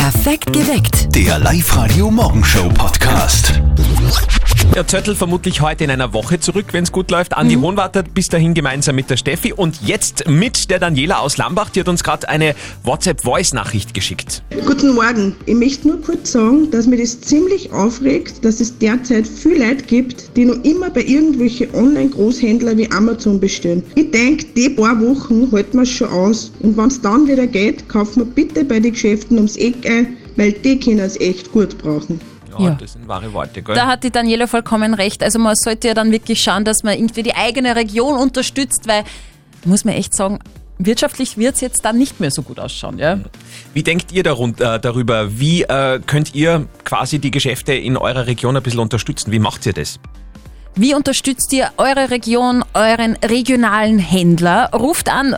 Perfekt geweckt. Der Live-Radio-Morgenshow-Podcast. Der Zöttl vermutlich heute in einer Woche zurück, wenn es gut läuft. Andi Hohenwarter bis dahin gemeinsam mit der Steffi und jetzt mit der Daniela aus Lambach. Die hat uns gerade eine WhatsApp-Voice-Nachricht geschickt. Guten Morgen. Ich möchte nur kurz sagen, dass mich das ziemlich aufregt, dass es derzeit viele Leute gibt, die noch immer bei irgendwelchen Online-Großhändlern wie Amazon bestellen. Ich denke, die paar Wochen halten wir es schon aus und wenn es dann wieder geht, kaufen wir bitte bei den Geschäften ums Eck ein, weil die können es echt gut brauchen. Ja, das sind wahre Worte, gell? Da hat die Daniela vollkommen recht. Also man sollte ja dann wirklich schauen, dass man irgendwie die eigene Region unterstützt, weil, muss man echt sagen, wirtschaftlich wird es jetzt dann nicht mehr so gut ausschauen. Ja? Wie denkt ihr darüber? Wie könnt ihr quasi die Geschäfte in eurer Region ein bisschen unterstützen? Wie macht ihr das? Wie unterstützt ihr eure Region, euren regionalen Händler? Ruft an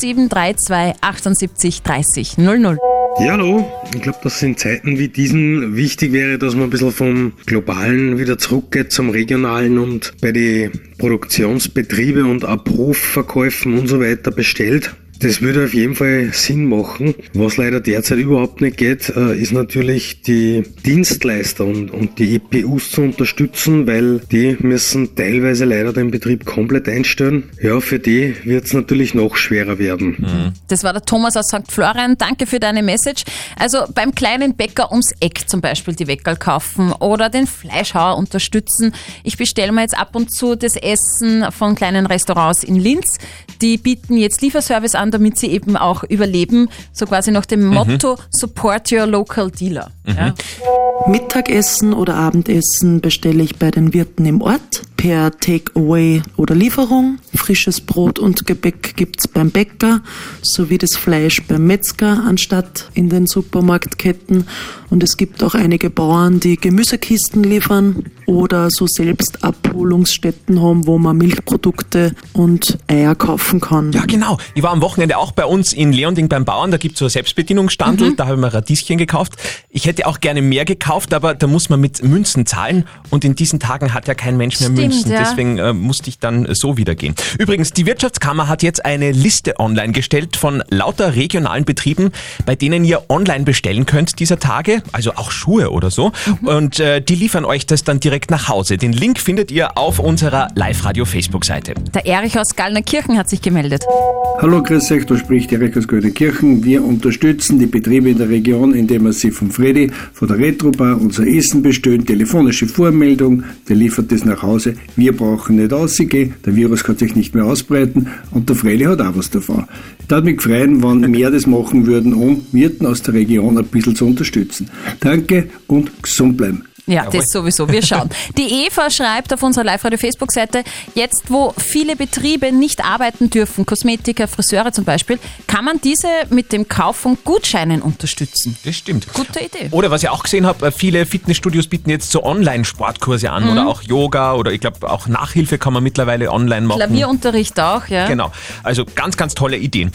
0732 78 30 00. Ja, hallo. Ich glaube, dass in Zeiten wie diesen wichtig wäre, dass man ein bisschen vom Globalen wieder zurückgeht zum Regionalen und bei den Produktionsbetrieben und Abrufverkäufen und so weiter bestellt. Das würde auf jeden Fall Sinn machen. Was leider derzeit überhaupt nicht geht, ist natürlich die Dienstleister und die EPUs zu unterstützen, weil die müssen teilweise leider den Betrieb komplett einstellen. Ja, für die wird es natürlich noch schwerer werden. Das war der Thomas aus St. Florian. Danke für deine Message. Also beim kleinen Bäcker ums Eck zum Beispiel die Weckerl kaufen oder den Fleischhauer unterstützen. Ich bestelle mir jetzt ab und zu das Essen von kleinen Restaurants in Linz. Die bieten jetzt Lieferservice an, damit sie eben auch überleben, so quasi nach dem Motto Support your local dealer. Ja. Mittagessen oder Abendessen bestelle ich bei den Wirten im Ort per Takeaway oder Lieferung. Frisches Brot und Gebäck gibt's beim Bäcker, sowie das Fleisch beim Metzger anstatt in den Supermarktketten. Und es gibt auch einige Bauern, die Gemüsekisten liefern oder so selbst Abholungsstätten haben, wo man Milchprodukte und Eier kaufen kann. Ja, genau. Ich war am Wochenende auch bei uns in Leonding beim Bauern. Da gibt es so ein Selbstbedienungsstandel. Da habe ich mir Radieschen gekauft. Ich hätte auch gerne mehr gekauft, aber da muss man mit Münzen zahlen. Und in diesen Tagen hat ja kein Mensch mehr Münzen. Ja. Deswegen musste ich dann so wieder gehen. Übrigens, die Wirtschaftskammer hat jetzt eine Liste online gestellt von lauter regionalen Betrieben, bei denen ihr online bestellen könnt dieser Tage. Also auch Schuhe oder so. Und die liefern euch das dann direkt nach Hause. Den Link findet ihr auf unserer Live-Radio-Facebook-Seite. Der Erich aus Gallnerkirchen hat sich gemeldet. Hallo, grüß euch, da spricht Erich aus Gallnerkirchen. Wir unterstützen die Betriebe in der Region, indem wir sie vom Freddy, von der Retrobar unser Essen bestellen, telefonische Vormeldung, der liefert das nach Hause. Wir brauchen nicht rausgehen, der Virus kann sich nicht mehr ausbreiten und der Freddy hat auch was davon. Ich würde mich freuen, wenn mehr das machen würden, um Wirten aus der Region ein bisschen zu unterstützen. Danke und gesund bleiben. Ja, das sowieso. Wir schauen. Die Eva schreibt auf unserer Live-Radio-Facebook-Seite, jetzt wo viele Betriebe nicht arbeiten dürfen, Kosmetiker, Friseure zum Beispiel, kann man diese mit dem Kauf von Gutscheinen unterstützen. Das stimmt. Gute Idee. Oder was ich auch gesehen habe, viele Fitnessstudios bieten jetzt so Online-Sportkurse an oder auch Yoga oder ich glaube auch Nachhilfe kann man mittlerweile online machen. Klavierunterricht auch, ja. Genau. Also ganz, ganz tolle Ideen.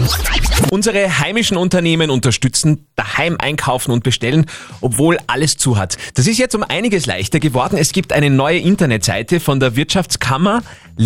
Unsere heimischen Unternehmen unterstützen, daheim einkaufen und bestellen, obwohl alles zu hat. Das ist jetzt um einiges leichter geworden. Es gibt eine neue Internetseite von der Wirtschaftskammer,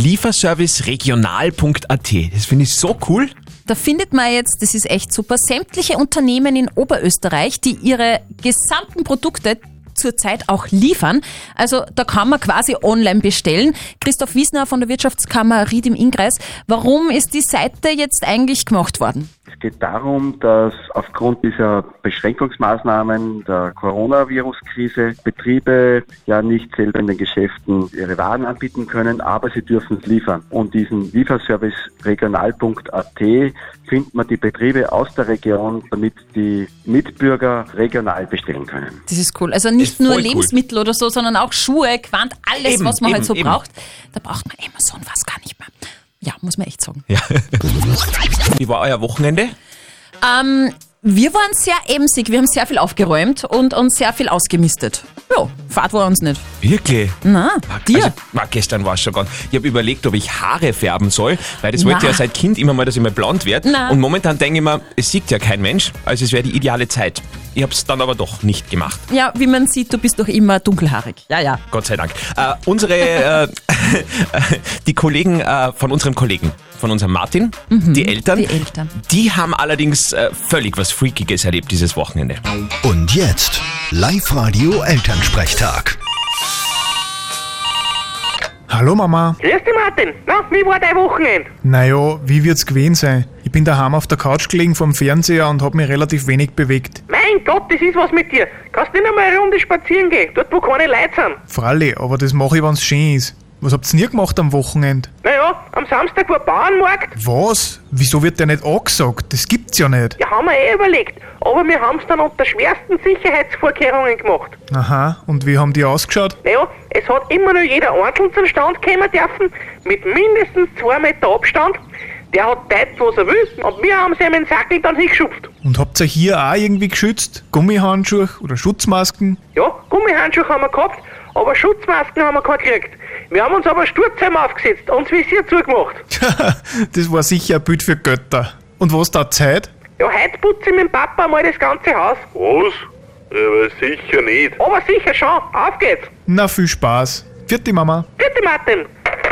lieferserviceregional.at. Das finde ich so cool. Da findet man jetzt, das ist echt super, sämtliche Unternehmen in Oberösterreich, die ihre gesamten Produkte zurzeit auch liefern. Also da kann man quasi online bestellen. Christoph Wiesner von der Wirtschaftskammer Ried im Innkreis. Warum ist die Seite jetzt eigentlich gemacht worden? Es geht darum, dass aufgrund dieser Beschränkungsmaßnahmen der Coronavirus-Krise Betriebe ja nicht selber in den Geschäften ihre Waren anbieten können, aber sie dürfen es liefern. Und diesen Lieferservice regional.at findet man die Betriebe aus der Region, damit die Mitbürger regional bestellen können. Das ist cool. Also nicht nur Lebensmittel oder so, sondern auch Schuhe, Quant, alles, was man halt so braucht. Da braucht man Amazon was gar nicht mehr. Ja, muss man echt sagen. Ja. Wie war euer Wochenende? Wir waren sehr emsig, wir haben sehr viel aufgeräumt und uns sehr viel ausgemistet. Ja, Fahrt war uns nicht. Wirklich? Na, dir? Also, gestern war es schon ganz. Ich habe überlegt, ob ich Haare färben soll, weil das wollte ja seit Kind immer mal, dass ich mal blond werde. Und momentan denke ich mir, es sieht ja kein Mensch, also es wäre die ideale Zeit. Ich habe es dann aber doch nicht gemacht. Ja, wie man sieht, du bist doch immer dunkelhaarig. Ja. Gott sei Dank. Die Kollegen von unserem Martin, die Eltern, die haben allerdings völlig was Freakiges erlebt dieses Wochenende. Und jetzt Live-Radio Elternsprechtag. Hallo Mama. Grüß dich Martin. Na, wie war dein Wochenende? Naja, wie wird's gewesen sein? Ich bin daheim auf der Couch gelegen vorm Fernseher und hab mich relativ wenig bewegt. Mein Gott, das ist was mit dir. Kannst nicht einmal eine Runde spazieren gehen, dort wo keine Leute sind. Freilich, aber das mache ich, wenn's schön ist. Was habt ihr gemacht am Wochenende? Naja, am Samstag war Bauernmarkt. Was? Wieso wird der nicht angesagt? Das gibt's ja nicht. Ja, haben wir überlegt. Aber wir haben's dann unter schwersten Sicherheitsvorkehrungen gemacht. Aha, und wie haben die ausgeschaut? Naja, es hat immer nur jeder einzeln zum Stand kommen dürfen, mit mindestens 2 Meter Abstand. Der hat deutet, was er will, und wir haben sie ihm in den Sackel dann hingeschupft. Und habt ihr hier auch irgendwie geschützt? Gummihandschuhe oder Schutzmasken? Ja, Gummihandschuhe haben wir gehabt, aber Schutzmasken haben wir keine gekriegt. Wir haben uns aber Sturzhelm aufgesetzt und das Visier zugemacht. Das war sicher ein Bild für Götter. Und was da Zeit? Ja, heute putze ich mit dem Papa mal das ganze Haus. Was? Aber sicher nicht. Aber sicher schon, auf geht's. Na, viel Spaß. Vierte Mama. Bitte Martin.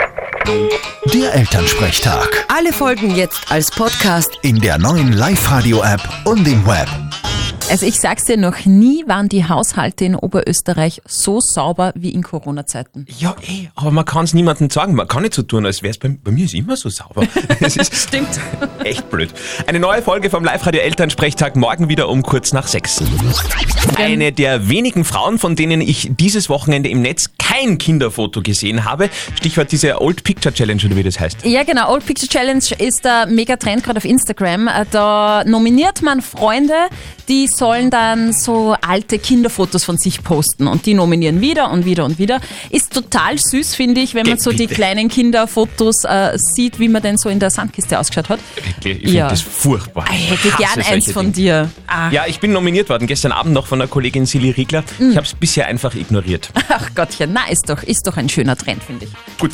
Der Elternsprechtag. Alle Folgen jetzt als Podcast In der neuen Live-Radio-App und im Web. Also ich sag's dir, noch nie waren die Haushalte in Oberösterreich so sauber wie in Corona-Zeiten. Ja, aber man kann es niemandem sagen. Man kann nicht so tun, als wäre es bei mir ist immer so sauber. Das ist Stimmt. echt blöd. Eine neue Folge vom Live-Radio Elternsprechtag morgen wieder um kurz nach 6. Eine der wenigen Frauen, von denen ich dieses Wochenende im Netz kein Kinderfoto gesehen habe. Stichwort diese Old Picture Challenge, oder wie das heißt. Ja genau, Old Picture Challenge ist der Megatrend gerade auf Instagram. Da nominiert man Freunde, die sollen dann so alte Kinderfotos von sich posten und die nominieren wieder und wieder und wieder. Ist total süß, finde ich, wenn man so die kleinen Kinderfotos sieht, wie man denn so in der Sandkiste ausgeschaut hat. Wirklich, ich finde das furchtbar. Ich hätte gern eins von dir. Ja, ich bin nominiert worden, gestern Abend noch von der Kollegin Silly Riegler. Ich habe es bisher einfach ignoriert. Ach Gottchen, na ist doch ein schöner Trend, finde ich. Gut.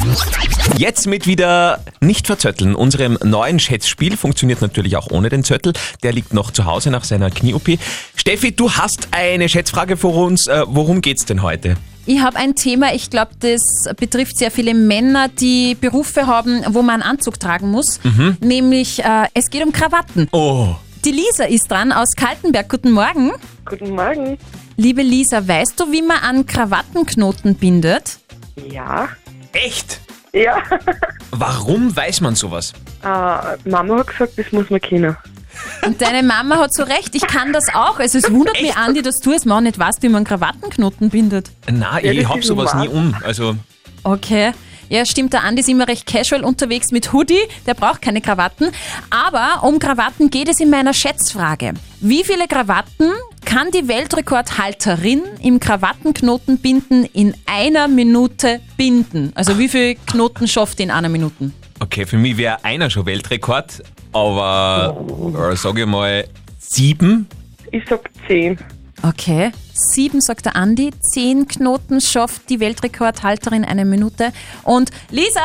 Jetzt mit wieder nicht verzötteln. Unserem neuen Schätzspiel funktioniert natürlich auch ohne den Zöttel. Der liegt noch zu Hause nach seiner Knie-OP. Steffi, du hast eine Schätzfrage für uns. Worum geht's denn heute? Ich habe ein Thema, ich glaube, das betrifft sehr viele Männer, die Berufe haben, wo man einen Anzug tragen muss. Nämlich, es geht um Krawatten. Oh. Die Lisa ist dran aus Kaltenberg. Guten Morgen. Guten Morgen. Liebe Lisa, weißt du, wie man einen Krawattenknoten bindet? Ja. Echt? Ja. Warum weiß man sowas? Mama hat gesagt, das muss man können. Und deine Mama hat so recht, ich kann das auch. Also es wundert mich, Andi, dass du es mal nicht weißt, wie man einen Krawattenknoten bindet. Nein, ich hab sowas nie um. Also. Okay. Ja, stimmt, der Andi ist immer recht casual unterwegs mit Hoodie, der braucht keine Krawatten. Aber um Krawatten geht es in meiner Schätzfrage. Wie viele Krawatten kann die Weltrekordhalterin im Krawattenknotenbinden in 1 Minute binden? Also wie viele Knoten schafft die in 1 Minute? Okay, für mich wäre einer schon Weltrekord, aber sage ich mal 7. Ich sag 10. Okay, 7 sagt der Andi, 10 Knoten schafft die Weltrekordhalterin 1 Minute. Und Lisa,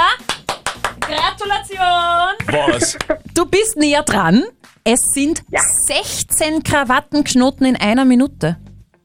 Gratulation! Was? Du bist näher dran. Es sind 16 Krawattenknoten in 1 Minute.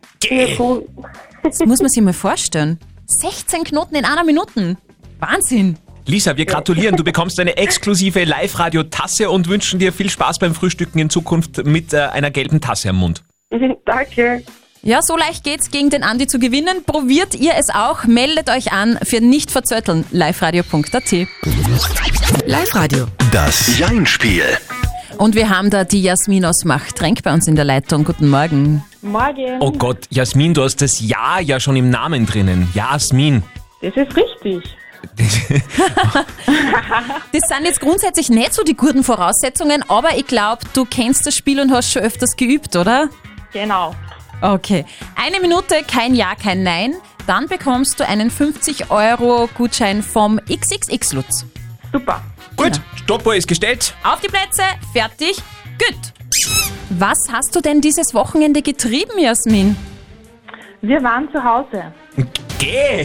Das muss man sich mal vorstellen. 16 Knoten in 1 Minute. Wahnsinn! Lisa, wir gratulieren. Du bekommst eine exklusive Live-Radio-Tasse und wünschen dir viel Spaß beim Frühstücken in Zukunft mit einer gelben Tasse am Mund. Danke. Ja, so leicht geht's, gegen den Andi zu gewinnen. Probiert ihr es auch. Meldet euch an für nicht verzötteln. liveradio.at. Live-Radio. Das Jein-Spiel. Und wir haben da die Jasmin aus Machtränk bei uns in der Leitung. Guten Morgen. Morgen. Oh Gott, Jasmin, du hast das Ja schon im Namen drinnen. Jasmin. Das ist richtig. Das sind jetzt grundsätzlich nicht so die guten Voraussetzungen, aber ich glaube, du kennst das Spiel und hast schon öfters geübt, oder? Genau. Okay. 1 Minute, kein Ja, kein Nein. Dann bekommst du einen 50-Euro-Gutschein vom XXX Lutz. Super. Gut, Stoppuhr ist gestellt. Auf die Plätze, fertig, gut. Was hast du denn dieses Wochenende getrieben, Jasmin? Wir waren zu Hause. Geh!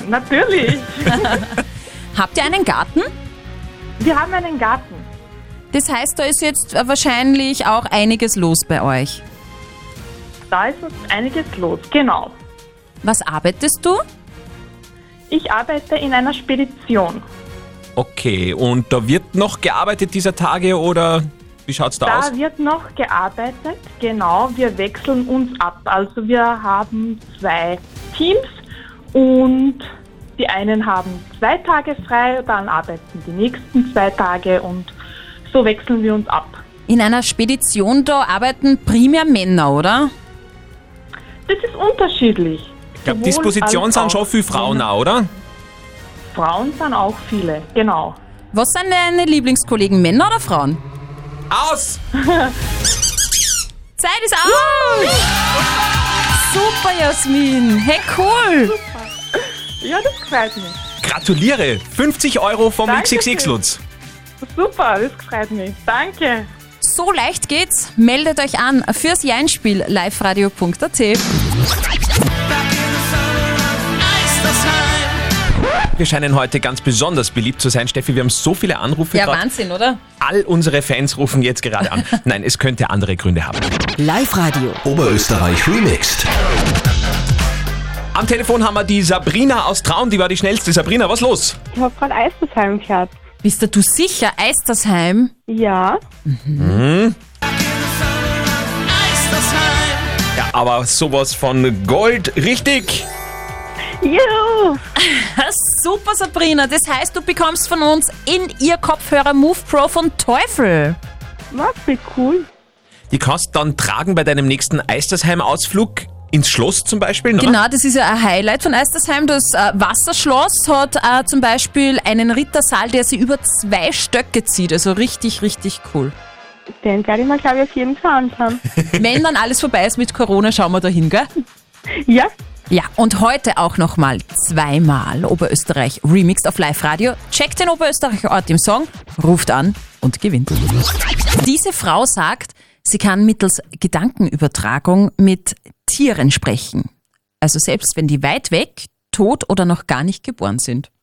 Natürlich. Habt ihr einen Garten? Wir haben einen Garten. Das heißt, da ist jetzt wahrscheinlich auch einiges los bei euch. Da ist jetzt einiges los, genau. Was arbeitest du? Ich arbeite in einer Spedition. Okay, und da wird noch gearbeitet dieser Tage oder wie schaut's da aus? Da wird noch gearbeitet, genau. Wir wechseln uns ab. Also wir haben 2 Teams und die einen haben 2 Tage frei, dann arbeiten die nächsten 2 Tage und so wechseln wir uns ab. In einer Spedition, da arbeiten primär Männer, oder? Das ist unterschiedlich. Ich glaube, Disposition sind schon viele Frauen auch, oder? Frauen sind auch viele, genau. Was sind deine Lieblingskollegen, Männer oder Frauen? Aus! Zeit ist aus! Super, Jasmin! Hey, cool! Ja, das freut mich. Gratuliere! 50 € vom XXX Lutz. Super, das freut mich. Danke. So leicht geht's. Meldet euch an fürs Jeinspiel liveradio.at. Wir scheinen heute ganz besonders beliebt zu sein, Steffi. Wir haben so viele Anrufe. Ja, grad. Wahnsinn, oder? All unsere Fans rufen jetzt gerade an. Nein, es könnte andere Gründe haben. Live-Radio. Oberösterreich remixed. Am Telefon haben wir die Sabrina aus Traun, die war die schnellste. Sabrina, was los? Ich habe gerade Eistersheim gehört. Bist du sicher? Eistersheim? Ja. Mhm. Ja, aber sowas von Gold, richtig? Juhu! Super, Sabrina. Das heißt, du bekommst von uns in ihr Kopfhörer Move Pro von Teufel. Was, wie cool. Die kannst du dann tragen bei deinem nächsten Eistersheim-Ausflug ins Schloss zum Beispiel, ne? Genau, das ist ja ein Highlight von Eistersheim. Das Wasserschloss hat zum Beispiel einen Rittersaal, der sich über 2 Stöcke zieht. Also richtig, richtig cool. Den werde ich mir, glaube ich, auf jeden Fall anschauen. Wenn dann alles vorbei ist mit Corona, schauen wir da hin, gell? Ja. Ja, und heute auch nochmal 2-mal Oberösterreich remixed auf Live-Radio. Checkt den Oberösterreicher Ort im Song, ruft an und gewinnt. Diese Frau sagt, sie kann mittels Gedankenübertragung mit Tieren sprechen. Also selbst wenn die weit weg, tot oder noch gar nicht geboren sind.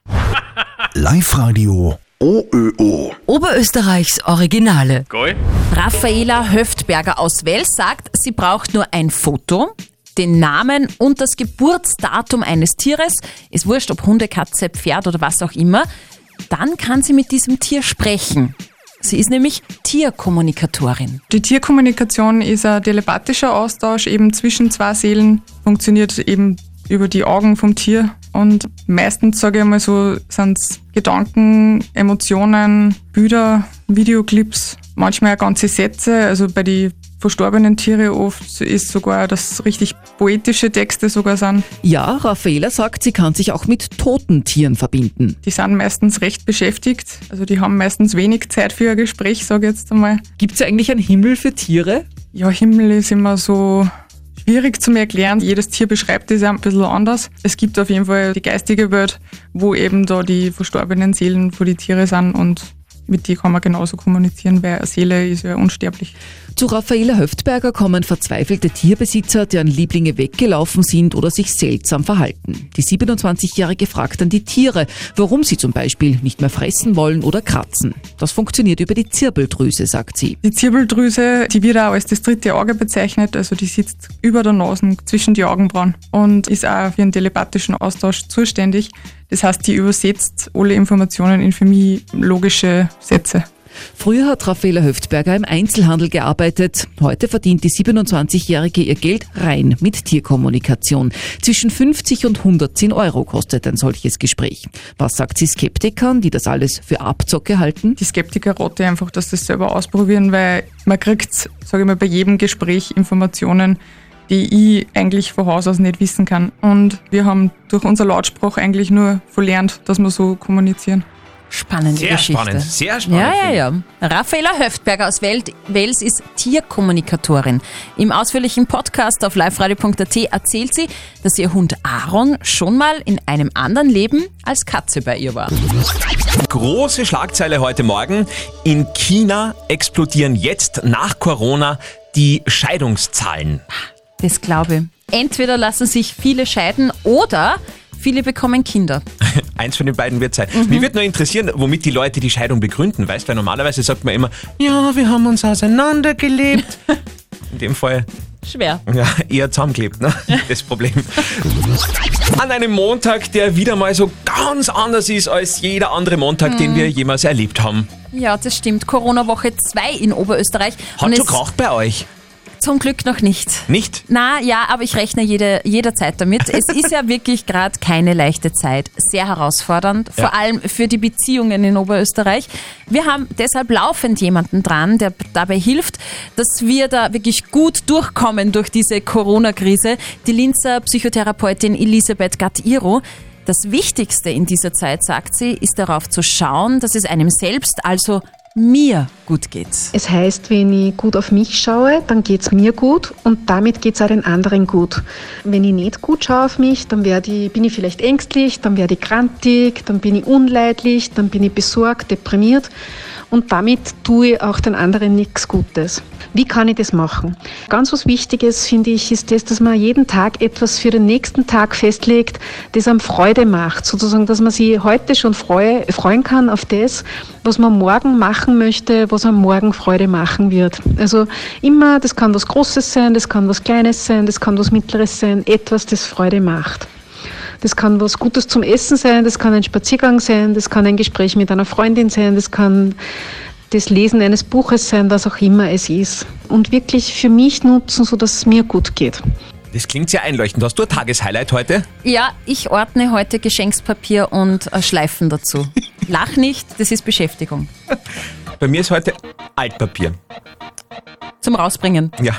Live-Radio OÖO. Oberösterreichs Originale. Geil. Raffaela Höftberger aus Wels sagt, sie braucht nur ein Foto, den Namen und das Geburtsdatum eines Tieres. Ist wurscht, ob Hunde, Katze, Pferd oder was auch immer. Dann kann sie mit diesem Tier sprechen. Sie ist nämlich Tierkommunikatorin. Die Tierkommunikation ist ein telepathischer Austausch eben zwischen 2 Seelen, funktioniert eben über die Augen vom Tier. Und meistens, sage ich mal so, sind es Gedanken, Emotionen, Bilder, Videoclips, manchmal auch ganze Sätze. Also bei den verstorbenen Tieren oft ist sogar, dass richtig poetische Texte sogar sind. Ja, Raffaela sagt, sie kann sich auch mit toten Tieren verbinden. Die sind meistens recht beschäftigt, also die haben meistens wenig Zeit für ein Gespräch, sage ich jetzt einmal. Gibt es eigentlich einen Himmel für Tiere? Ja, Himmel ist immer so schwierig zu erklären. Jedes Tier beschreibt es ein bisschen anders. Es gibt auf jeden Fall die geistige Welt, wo eben da die verstorbenen Seelen von den Tieren sind und mit die kann man genauso kommunizieren, weil eine Seele ist ja unsterblich. Zu Raffaela Höftberger kommen verzweifelte Tierbesitzer, deren Lieblinge weggelaufen sind oder sich seltsam verhalten. Die 27-Jährige fragt dann die Tiere, warum sie zum Beispiel nicht mehr fressen wollen oder kratzen. Das funktioniert über die Zirbeldrüse, sagt sie. Die Zirbeldrüse, die wird auch als das 3. Auge bezeichnet, also die sitzt über der Nase zwischen die Augenbrauen und ist auch für einen telepathischen Austausch zuständig. Das heißt, die übersetzt alle Informationen in für mich logische Sätze. Früher hat Raffaela Höftberger im Einzelhandel gearbeitet. Heute verdient die 27-Jährige ihr Geld rein mit Tierkommunikation. Zwischen 50 und 110 € kostet ein solches Gespräch. Was sagt sie Skeptikern, die das alles für Abzocke halten? Die Skeptiker rate einfach, dass das selber ausprobieren, weil man kriegt, sage ich mal, bei jedem Gespräch Informationen, die ich eigentlich von Haus aus nicht wissen kann. Und wir haben durch unser Lautsprache eigentlich nur verlernt, dass wir so kommunizieren. Spannende Sehr Geschichte. spannend, sehr spannend. Ja. Raffaela Höftberger aus Wels ist Tierkommunikatorin. Im ausführlichen Podcast auf liveradio.at erzählt sie, dass ihr Hund Aaron schon mal in einem anderen Leben als Katze bei ihr war. Große Schlagzeile heute Morgen. In China explodieren jetzt nach Corona die Scheidungszahlen. Das glaube ich. Entweder lassen sich viele scheiden oder Viele bekommen Kinder. Eins von den beiden wird sein. Mich würde nur interessieren, womit die Leute die Scheidung begründen. Weißt du, weil normalerweise sagt man immer, ja, wir haben uns auseinandergelebt. In dem Fall schwer. Ja, eher zusammengeklebt, ne? Das Problem. An einem Montag, der wieder mal so ganz anders ist als jeder andere Montag, den wir jemals erlebt haben. Ja, das stimmt. Corona-Woche 2 in Oberösterreich. Hat schon geraucht bei euch? Zum Glück noch nicht. Nicht? Na ja, aber ich rechne jederzeit damit. Es ist ja wirklich gerade keine leichte Zeit. Sehr herausfordernd, vor allem für die Beziehungen in Oberösterreich. Wir haben deshalb laufend jemanden dran, der dabei hilft, dass wir da wirklich gut durchkommen durch diese Corona-Krise. Die Linzer Psychotherapeutin Elisabeth Gatt-Iro. Das Wichtigste in dieser Zeit, sagt sie, ist darauf zu schauen, dass es einem selbst, also mir gut geht. Es heißt, wenn ich gut auf mich schaue, dann geht es mir gut und damit geht es auch den anderen gut. Wenn ich nicht gut schaue auf mich, dann bin ich vielleicht ängstlich, dann werde ich grantig, dann bin ich unleidlich, dann bin ich besorgt, deprimiert und damit tue ich auch den anderen nichts Gutes. Wie kann ich das machen? Ganz was Wichtiges, finde ich, ist das, dass man jeden Tag etwas für den nächsten Tag festlegt, das einem Freude macht. Sozusagen, dass man sich heute schon freuen kann auf das, was man morgen machen möchte, was einem morgen Freude machen wird. Also immer, das kann was Großes sein, das kann was Kleines sein, das kann was Mittleres sein, etwas, das Freude macht. Das kann was Gutes zum Essen sein, das kann ein Spaziergang sein, das kann ein Gespräch mit einer Freundin sein, das kann das Lesen eines Buches sein, was auch immer es ist. Und wirklich für mich nutzen, sodass es mir gut geht. Das klingt sehr einleuchtend. Hast du ein Tageshighlight heute? Ja, ich ordne heute Geschenkspapier und Schleifen dazu. Lach nicht, das ist Beschäftigung. Bei mir ist heute Altpapier. Zum Rausbringen. Ja.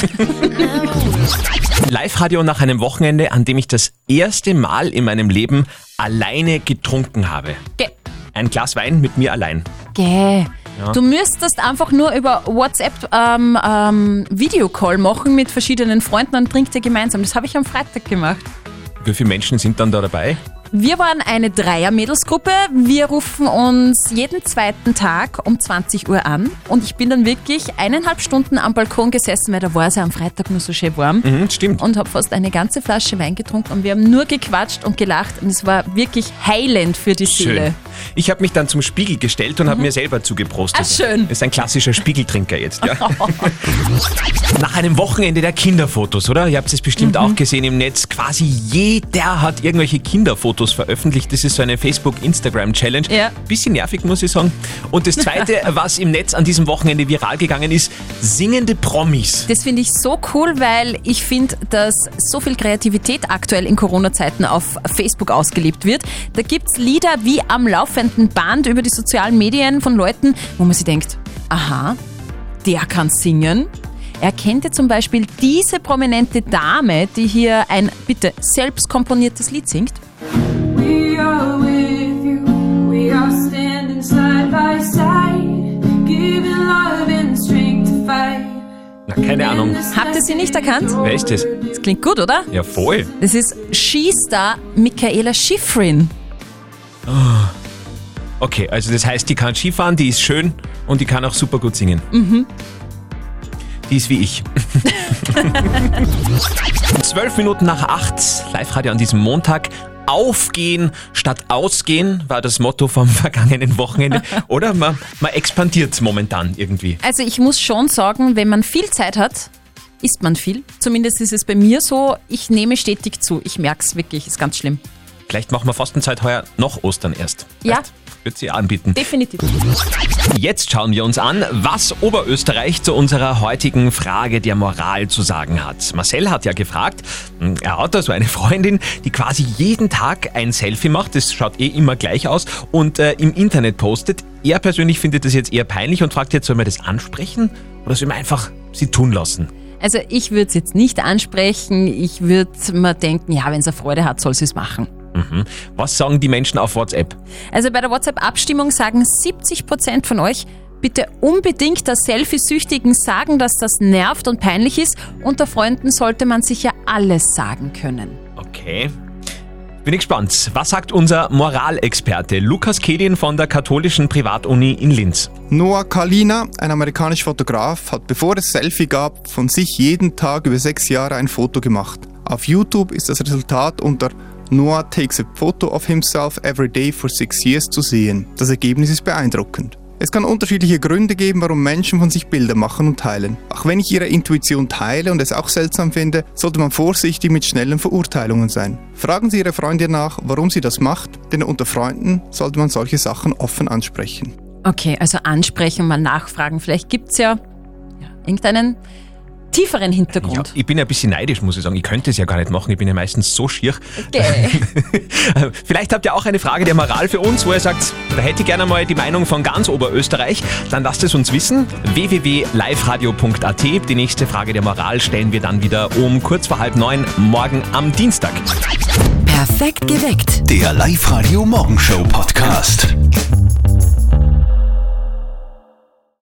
Live-Radio nach einem Wochenende, an dem ich das erste Mal in meinem Leben alleine getrunken habe. Ein Glas Wein mit mir allein. Ja. Du müsstest einfach nur über WhatsApp Videocall machen mit verschiedenen Freunden, dann trinkt ihr gemeinsam. Das habe ich am Freitag gemacht. Wie viele Menschen sind dann da dabei? Wir waren eine Dreier-Mädelsgruppe. Wir rufen uns jeden zweiten Tag um 20 Uhr an und ich bin dann wirklich 1,5 Stunden am Balkon gesessen, weil da war es ja am Freitag nur so schön warm. Stimmt. Und habe fast eine ganze Flasche Wein getrunken und wir haben nur gequatscht und gelacht und es war wirklich heilend für die Seele. Schön. Ich habe mich dann zum Spiegel gestellt und habe mir selber zugeprostet. Schön. Das ist ein klassischer Spiegeltrinker jetzt. Ja. Nach einem Wochenende der Kinderfotos, oder? Ihr habt es bestimmt auch gesehen im Netz. Quasi jeder hat irgendwelche Kinderfotos veröffentlicht. Das ist so eine Facebook-Instagram-Challenge. Ja. Bisschen nervig, muss ich sagen. Und das Zweite, was im Netz an diesem Wochenende viral gegangen ist, singende Promis. Das finde ich so cool, weil ich finde, dass so viel Kreativität aktuell in Corona-Zeiten auf Facebook ausgelebt wird. Da gibt es Lieder wie am laufenden Band über die sozialen Medien von Leuten, wo man sich denkt, aha, der kann singen. Er kennt ja zum Beispiel diese prominente Dame, die hier ein, bitte, selbst komponiertes Lied singt. We are with you, we are standing side by side, giving love and strength to fight. Na, keine Ahnung. Habt ihr sie nicht erkannt? Wer ist das? Das klingt gut, oder? Ja, voll. Das ist Skistar Michaela Schifrin. Okay, also das heißt, die kann Skifahren, die ist schön und die kann auch super gut singen. Die ist wie ich. 12 Minuten nach 8, Live-Radio an diesem Montag. Aufgehen statt ausgehen war das Motto vom vergangenen Wochenende. Oder? Man expandiert momentan irgendwie. Also ich muss schon sagen, wenn man viel Zeit hat, isst man viel. Zumindest ist es bei mir so. Ich nehme stetig zu. Ich merke es wirklich, ist ganz schlimm. Vielleicht machen wir Fastenzeit heuer noch Ostern erst. Ja. Wird sie anbieten. Definitiv. Jetzt schauen wir uns an, was Oberösterreich zu unserer heutigen Frage der Moral zu sagen hat. Marcel hat ja gefragt, er hat da so eine Freundin, die quasi jeden Tag ein Selfie macht, das schaut immer gleich aus und im Internet postet. Er persönlich findet das jetzt eher peinlich und fragt jetzt, soll man das ansprechen oder soll man einfach sie tun lassen? Also ich würde es jetzt nicht ansprechen, ich würde mir denken, ja, wenn sie Freude hat, soll sie es machen. Was sagen die Menschen auf WhatsApp? Also bei der WhatsApp-Abstimmung sagen 70% von euch, bitte unbedingt der Selfie-Süchtigen sagen, dass das nervt und peinlich ist. Unter Freunden sollte man sich ja alles sagen können. Okay. Bin ich gespannt. Was sagt unser Moralexperte Lukas Kedin von der katholischen Privatuni in Linz? Noah Kalina, ein amerikanischer Fotograf, hat, bevor es Selfie gab, von sich jeden Tag über 6 Jahre ein Foto gemacht. Auf YouTube ist das Resultat unter Noah takes a photo of himself every day for 6 years zu sehen. Das Ergebnis ist beeindruckend. Es kann unterschiedliche Gründe geben, warum Menschen von sich Bilder machen und teilen. Auch wenn ich ihre Intuition teile und es auch seltsam finde, sollte man vorsichtig mit schnellen Verurteilungen sein. Fragen Sie Ihre Freundin nach, warum sie das macht, denn unter Freunden sollte man solche Sachen offen ansprechen. Okay, also ansprechen, mal nachfragen. Vielleicht gibt es ja irgendeinen tieferen Hintergrund. Ja, ich bin ja ein bisschen neidisch, muss ich sagen. Ich könnte es ja gar nicht machen. Ich bin ja meistens so schier. Okay. Vielleicht habt ihr auch eine Frage der Moral für uns, wo ihr sagt, da hätte ich gerne mal die Meinung von ganz Oberösterreich. Dann lasst es uns wissen. www.liveradio.at. Die nächste Frage der Moral stellen wir dann wieder um kurz vor 8:30 morgen am Dienstag. Perfekt geweckt. Der Live-Radio Morgenshow Podcast.